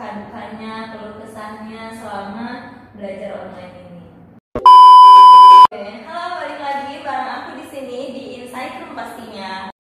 suka-dukanya, keluh kesahnya selama belajar online ini. Oke, halo, balik lagi bareng aku di sini di Insight Room pastinya.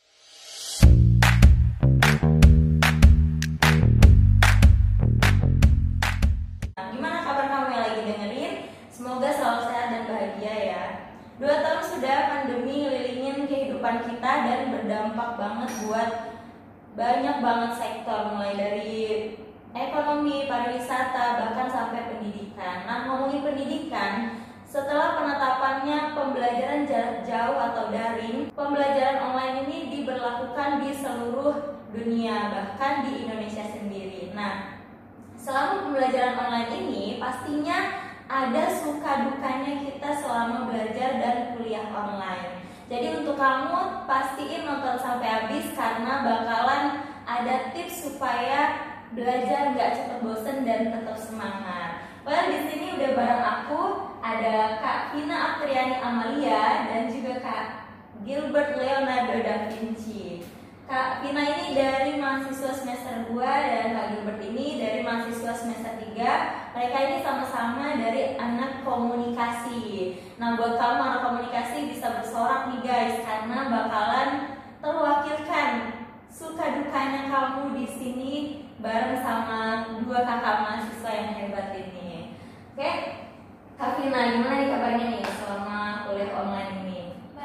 Gimana kabar kamu yang lagi dengerin? Semoga selalu sehat dan bahagia ya. 2 tahun sudah pandemi ngelilingin kehidupan kita dan berdampak banget buat banyak banget sektor, mulai dari ekonomi, pariwisata, bahkan sampai pendidikan. Nah, ngomongin pendidikan, setelah penetapannya pembelajaran jarak jauh atau daring, pembelajaran online ini diberlakukan di seluruh dunia, bahkan di Indonesia sendiri. Nah, selama pembelajaran online ini pastinya ada suka dukanya kita selama belajar dan kuliah online. Jadi untuk kamu pastiin nonton sampai habis karena bakalan ada tips supaya belajar nggak cepet bosen dan tetap semangat. Well, di sini udah bareng aku ada Kak Vina Apriani Amalia dan juga Kak Gilbert Leonardo da Vinci. Kak Vina ini dari mahasiswa semester 2 dan Kak Gilbert ini dari mahasiswa semester 3. Mereka ini sama-sama dari anak komunikasi. Nah, buat kamu anak komunikasi bisa bersorak nih guys, karena bakalan terwakilkan suka dukanya kamu di sini bareng sama 2 kakak mahasiswa yang hebat ini. Oke, Kak Vina, gimana nih kabarnya nih selama kuliah online ini?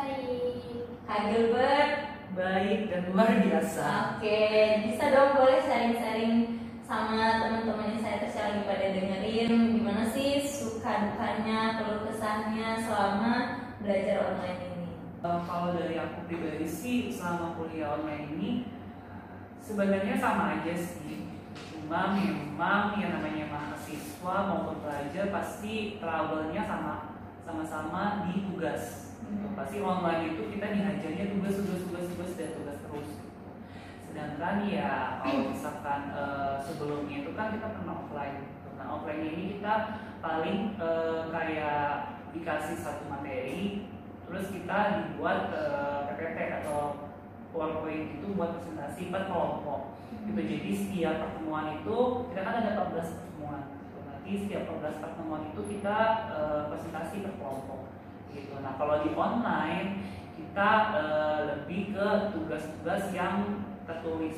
Baik. Kak Gilbert? Baik dan luar biasa. Oke, bisa dong boleh sharing-sharing sama teman-teman Insiders yang lagi pada dengerin gimana sih suka dukanya, keluh kesahnya selama belajar online ini? Kalau dari aku pribadi sih selama kuliah online ini sebenarnya sama aja sih. Cuma memang yang namanya mahasiswa maupun pelajar pasti trouble-nya sama-sama di tugas. Pasti online itu kita dihajarnya tugas dan tugas terus. Sedangkan ya kalau misalkan sebelumnya itu kan kita pernah offline. Nah, offline ini kita paling kayak dikasih satu materi, terus kita dibuat PPT atau PowerPoint itu buat presentasi per kelompok. Gitu. Jadi setiap pertemuan itu kita kan ada 14 pertemuan. Nanti setiap 14 pertemuan itu kita presentasi per kelompok. Gitu. Nah, kalau di online kita lebih ke tugas-tugas yang tertulis.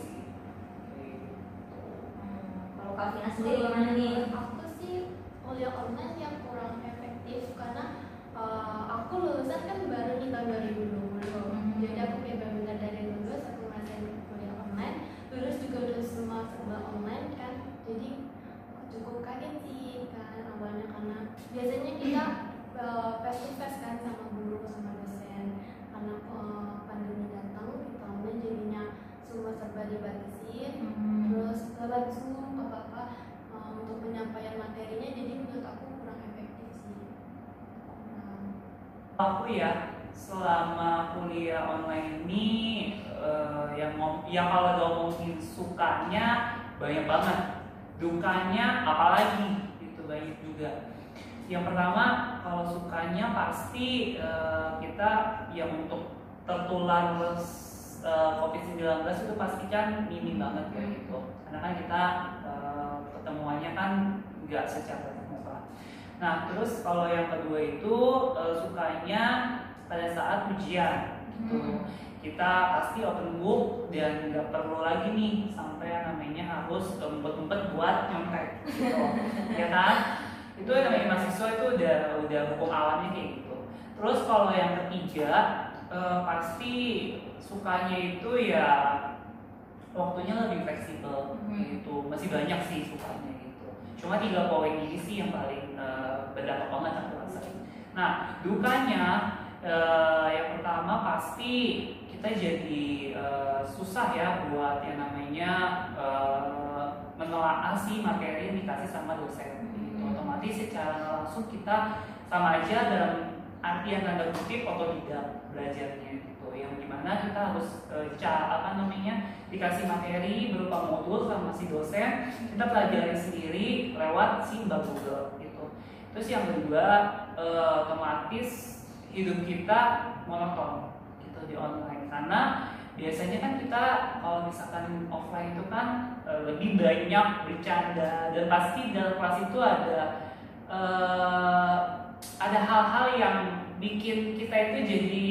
Kalau Kak Vina sendiri gimana nih? Aku sih kuliah online yang kurang efektif karena aku lulusan kan baru di tahun 2020. Jadi aku kayak benar-benar dari lulus aku ngerasain kuliah online. Lulus juga udah semua serba online kan. Jadi aku cukup kaget sih kan awalnya karena biasanya kita face to face kan sama guru sama dosen. Karena pandemi datang kita online jadinya semua serba dibatasin. Terus lewat Zoom apa untuk penyampaian materinya, jadi menurut aku kurang efektif sih. Aku ya selama kuliah online ini yang kalau ngomongin sukanya banyak banget, dukanya apalagi itu banyak juga. Yang pertama kalau sukanya pasti kita yang untuk tertular COVID-19 itu pasti kan minim banget ya gitu. Karena kan kita ketemuannya kan nggak secara tatap muka. Nah, terus kalau yang kedua itu sukanya pada saat ujian gitu. Kita pasti open book dan nggak perlu lagi nih sampai yang namanya harus ngumpet-ngumpet buat nyontek gitu. Ya kan? Itu yang namanya mahasiswa itu udah hukum alamnya kayak gitu. Terus kalau yang ketiga pasti sukanya itu ya waktunya lebih fleksibel gitu. Masih banyak sih sukanya gitu. Cuma 3 poin ini sih yang paling berdampak banget aku rasain. Nah, dukanya yang pertama pasti kita jadi susah ya buat yang namanya menelaah si materi yang dikasih sama dosen gitu. Otomatis secara langsung kita sama aja dalam artian tanda kutip otodidak belajarnya gitu, yang dimana kita harus dikasih materi berupa modul sama si dosen, kita pelajari sendiri lewat si Mbak Google gitu. Terus yang kedua otomatis hidup kita monoton gitu di online karena biasanya kan kita kalau misalkan offline itu kan lebih banyak bercanda, dan pasti dalam kelas itu ada hal-hal yang bikin kita itu jadi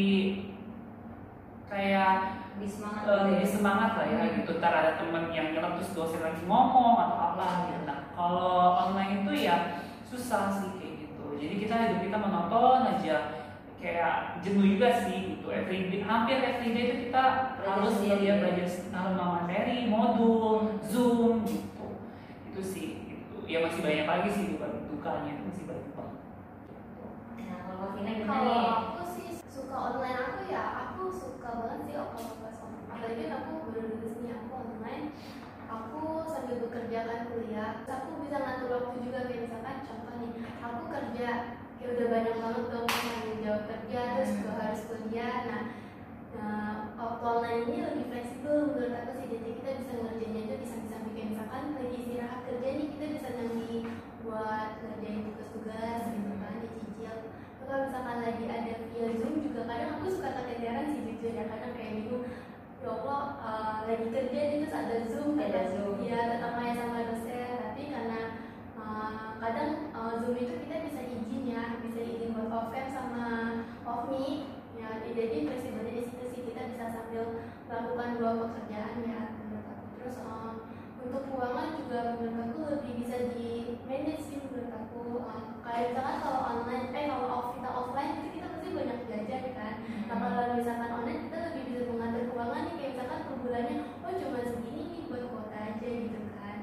kayak lebih semangat lah ya gitu. Ntar ada teman yang nyelak terus dosen lagi ngomong atau apa gitu. Nah kalau online itu ya susah sih kayak gitu. Jadi hidup kita monoton aja, kayak jenuh juga sih gitu. Hampir everyday itu kita harus belajar materi, modul, Zoom gitu. Itu sih gitu. Ya masih banyak lagi sih dukanya itu masih banyak banget. Nah kalau Vina gimana Kalau nih? aku sih suka online, aku suka banget sih kalau kelas online. Apalagi aku baru lulus nih, aku online. Aku sambil bekerja kan kuliah, terus aku bisa ngatur waktu juga. Kayak misalkan contoh nih, aku kerja kayak udah banyak banget dong tanggung jawab kerja, terus juga harus kuliah. Nah waktu online ini lebih fleksibel menurut aku sih. Jadi kita bisa ngerjainnya itu bisa kayak misalkan lagi istirahat kerja nih, kita bisa nyambi buat ngerjain tugas-tugas gitu kan, dicicil. Kalau misalkan lagi ada via Zoom juga, kadang aku suka keteteran sih jujur ya, kadang kayak bingung, ya Allah lagi kerja nih terus ada Zoom ya tetap main sama dosen. Tapi karena kadang Zoom itu kita bisa izin buat off cam sama off mic ya, jadi fleksibelnya di situ sih, kita bisa sambil melakukan dua pekerjaan ya menurut aku. Terus untuk keuangan juga menurut aku lebih bisa di manage sih menurut aku. Kayak misalkan kalau kita offline itu kita pasti banyak jajan kan. Nah kalau misalkan online kita lebih bisa mengatur keuangan nih, kayak misalkan per bulannya cuma segini nih buat kuota aja gitu kan.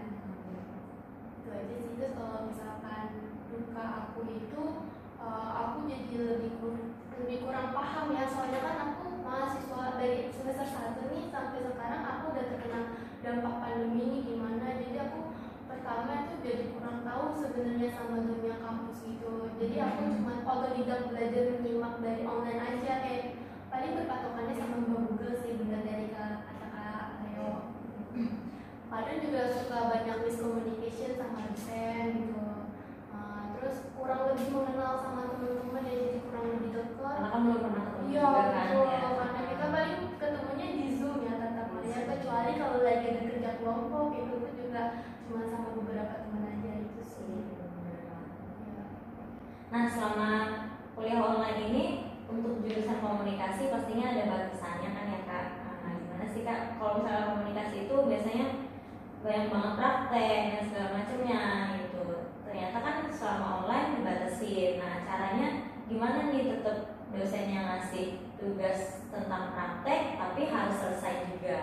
Itu aja sih. Terus kalau misalkan duka aku itu aku jadi lebih kurang paham ya, soalnya kan aku mahasiswa dari semester 1 nih sampai sekarang aku udah terkena dampak pandemi ini gimana. Jadi aku pertama itu jadi kurang tahu sebenarnya sama dunia kampus gitu. Jadi aku cuma otodidak belajar menyimak dari online aja, kayak paling berpatokannya sama Google sih, bener dari kata Leo. Kadang juga suka banyak miscommunication sama dosen gitu. Terus kurang lebih mengenal sama teman-teman ya, jadi kurang lebih dekat. Karena kan belum pernah ketemu Iya, juga kan betul. ya. Karena kita paling ketemunya di Zoom ya, tatap muka. Kecuali kalau lagi ada kerja kelompok itu juga cuma sama beberapa teman aja itu sih. Ya. Nah selama kuliah online ini untuk jurusan komunikasi pastinya ada batasannya kan ya Kak. Nah gimana sih Kak kalau misalnya komunikasi itu biasanya banyak banget praktek dan segala macamnya gitu. Ternyata kan selama online dibatasi. Nah caranya gimana nih tetap dosennya ngasih tugas tentang praktek tapi harus selesai juga?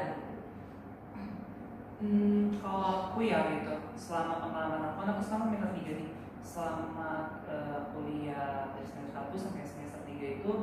Kalau aku ya gitu, selama pengalaman aku sekarang semester 3 nih. Selama kuliah dari semester 1 sampai semester 3 itu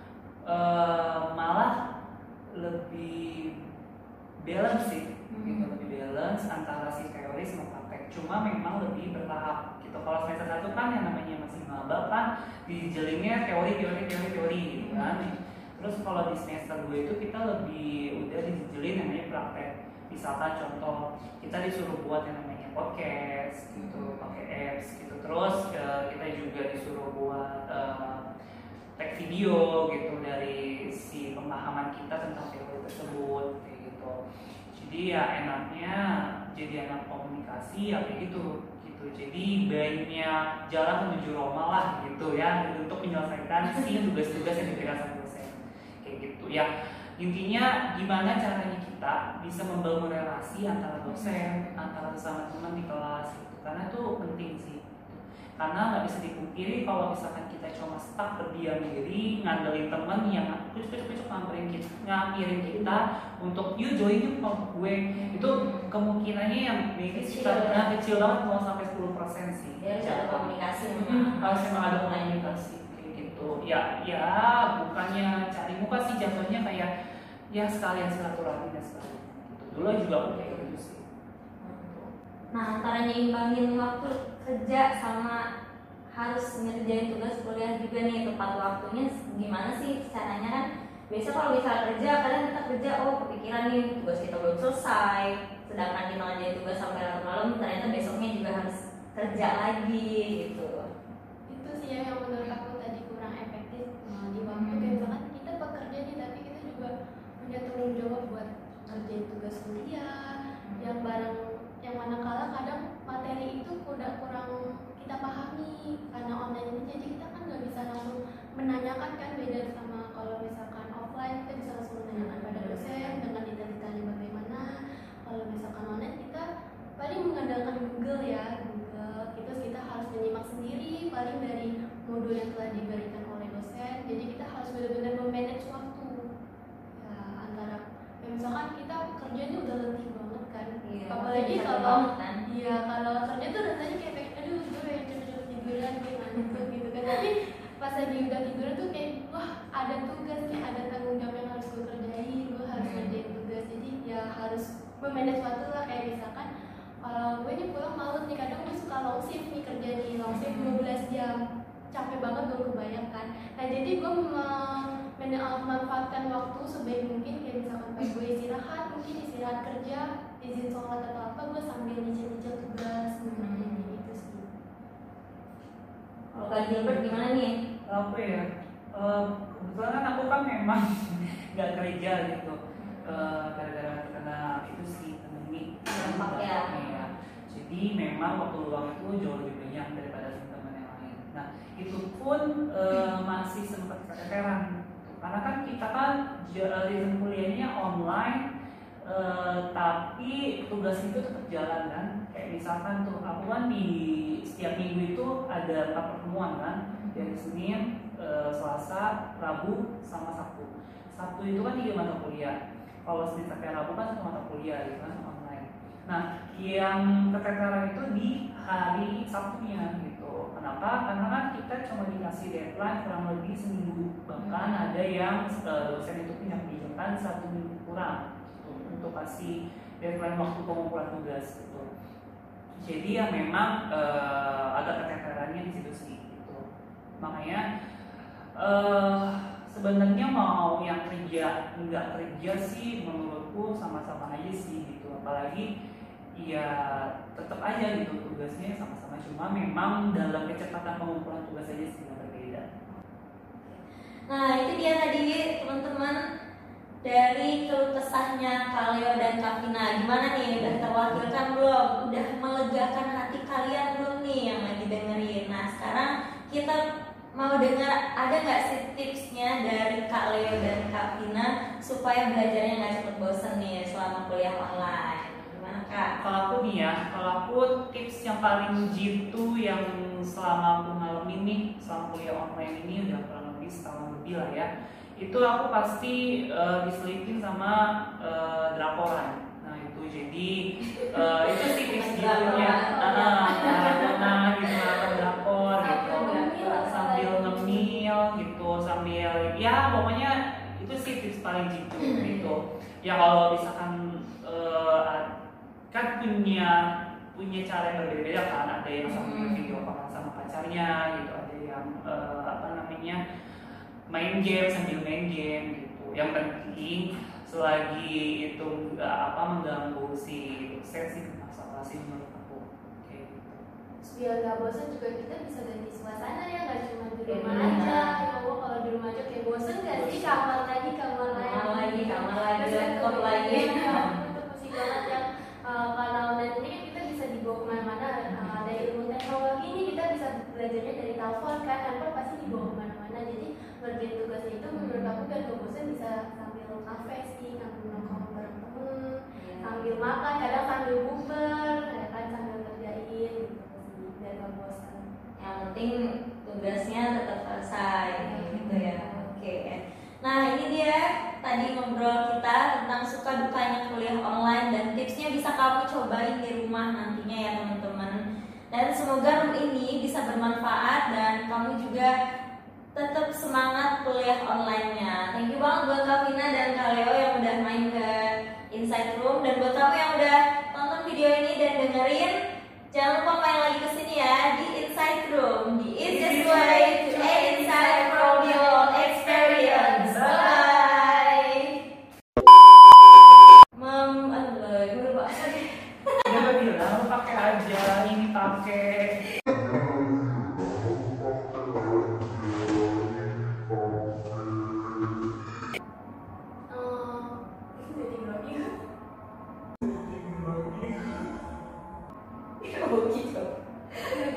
malah lebih balance sih, gitu, lebih balance antara si teori sama praktek. Cuma memang lebih bertahap gitu. Kalau semester 1 kan yang namanya masih maba kan dijelinnya teori gitu kan. Terus kalau di semester 2 itu kita lebih udah dijelin namanya praktek. Misalkan contoh kita disuruh buat yang namanya podcast gitu, pakai apps gitu. Terus kita juga disuruh buat tag video gitu dari si pemahaman kita tentang teori tersebut kayak gitu. Jadi ya enaknya jadi anak komunikasi ya kayak gitu. Jadi banyak jalan menuju Roma lah gitu ya untuk menyelesaikan si tugas-tugas yang diberikan sama dosen kayak gitu ya. Intinya gimana caranya kita bisa membangun relasi antara dosen, antara sesama teman di kelas gitu. Karena itu penting sih. Karena nggak bisa dipungkiri kalau misalkan kita cuma stuck berdiam diri ngandelin teman yang kucuk ngampirin kita untuk you join yuk kelompok gue, itu kemungkinannya yang maybe sekitar kecil banget, mau sampai 10% sih. Ya harus ada komunikasi. Harus memang ada komunikasi kayak gitu. Ya bukannya cari muka sih, jatuhnya kayak ya sekalian silaturahmi dan sebagainya. Gitu. Dulu juga aku kayak gitu sih. Nah antara nyimbangin waktu kerja sama harus ngerjain tugas kuliah juga nih, tepat waktunya gimana sih caranya? Kan biasa kalau misalnya kerja kadang kita kerja kepikiran nih tugas kita belum selesai, sedangkan kita ngerjain tugas sampai larut malam, ternyata besoknya juga harus kerja lagi gitu. Itu sih yang menurut aku tadi kurang efektif di waktu. Kayak misalkan kita bekerja nih tapi kita juga punya tanggung jawab tugas kuliah, yang barang yang manakala kadang materi itu udah kurang kita pahami karena online ini, jadi kita kan nggak bisa langsung menanyakan kan, beda sama kalau misalkan offline kita bisa langsung menanyakan pada dosen dengan detail-detailnya bagaimana. Kalau misalkan online kita paling mengandalkan Google ya, Google itu kita harus menyimak sendiri paling dari modul yang telah diberikan oleh dosen, jadi kita harus benar-benar memanage waktu ya, antara ya misalkan kita kerjanya udah letih banget kan, apalagi kalau iya kalau kerja tuh rasanya kayak aduh gue pengen cepet-cepet tiduran gue ngantuk gitu kan, tapi pas lagi udah tiduran tuh kayak wah ada tugas nih, ada tanggung jawab yang harus gue kerjain, gue harus ngerjain tugas, jadi ya harus memanage waktu lah. Kayak misalkan kalau gue nih pulang malam nih, kadang gue suka long shift nih, kerja di long shift 12 jam, capek banget gue kebayangkan. Nah jadi gue memanfaatkan waktu sebaik mungkin, kayak misalkan pas gue istirahat, mungkin istirahat kerja, izin sholat atau apa, gue sambil nyicil-nyicil tugas gitu sih. Kalau Kak Gilbert gimana nih? Apa ya? Kebetulan kan aku kan memang nggak kerja gitu, gara-gara karena itu sih pandemi dampak ya. Jadi memang waktu luang itu jauh lebih banyak daripada teman-teman yang lain. Nah itu pun masih sempat keteteran, karena kan kita kan sistem kuliahnya online, tapi tugas itu tetap jalan kan. Kayak misalkan tuh aku kan di setiap minggu itu ada 4 pertemuan kan, dari Senin, Selasa, Rabu, sama Sabtu. Sabtu itu kan 3 mata kuliah. Kalau Senin sampai Rabu kan 1 mata kuliah gitu kan online. Nah, yang keteteran itu di hari Sabtunya gitu. Kenapa? Karena kan kita cuma dikasih deadline kurang lebih seminggu. Bahkan ada yang dosen itu punya kebijakan 1 minggu kurang gitu, untuk kasih deadline waktu pengumpulan tugas gitu. Jadi ya memang agak keteterannya di situ sih gitu. Makanya sebenarnya mau yang kerja nggak kerja sih menurutku sama-sama aja sih gitu, apalagi ya tetap aja gitu tugasnya sama-sama, cuma memang dalam kecepatan pengumpulan tugas aja sih yang berbeda. Nah itu dia tadi teman-teman dari keluh kesahnya Kak Leo dan Kak Vina. Gimana nih, udah terwakilkan belum? Udah melegakan hati kalian belum nih yang lagi dengerin? Nah sekarang kita mau dengar ada nggak sih tipsnya dari Kak Leo dan Kak Vina supaya belajarnya nggak cepet bosen nih selama kuliah online? Gimana Kak? Kalau aku nih ya, kalau aku tips yang paling jitu yang selama aku ngalamin nih selama kuliah online ini udah kurang lebih setahun lebih lah ya, itu aku pasti diselipin sama drakoran. Nah itu jadi itu sih tips jitunya, nah gitu nonton drakor gitu sambil ngemil gitu, sambil ya pokoknya itu sih tips paling jitu gitu. Ya kalau misalkan kan punya cara yang berbeda kan, ada yang sambil video call sama pacarnya gitu, ada yang main game sambil main game gitu. Yang penting selagi itu nggak mengganggu si dosen sih konsentrasi menurut aku kayak gitu. Biar nggak bosan juga kita bisa ganti suasana ya, nggak cuma di rumah aja. Ya Allah, kalau di rumah aja kayak bosan nggak sih, kamar lagi laptop lagi. Itu pusing banget ya. Karena online ini kita bisa dibawa kemana-mana. Dari ilmu teknologi ini kita bisa belajarnya dari telepon kan, handphone pasti dibawa kemana-mana. Jadi ngerjain tugasnya itu menurut aku biar nggak bosan bisa sambil kafe sih, sambil nongkrong bareng temen, sambil makan, kadang sambil bukber, ya kan sambil ngerjain gitu biar nggak bosan. Yang penting tugasnya tetap selesai gitu ya. Oke. Nah ini dia tadi ngobrol kita tentang suka dukanya kuliah online dan tipsnya bisa kamu cobain di rumah nantinya ya teman-teman. Dan semoga ini bisa bermanfaat dan kamu juga tetap semangat kuliah online-nya. Thank you banget buat Kak Vina dan Kak Leo yang udah main ke Inside Room, dan buat kamu yang udah nonton video ini dan dengerin, jangan lupa main lagi kesini ya di Inside Room, the easiest way to get inside from your experience. Bye. Gue lupa. Udah bilang pakai aja, ini pakai. gitu.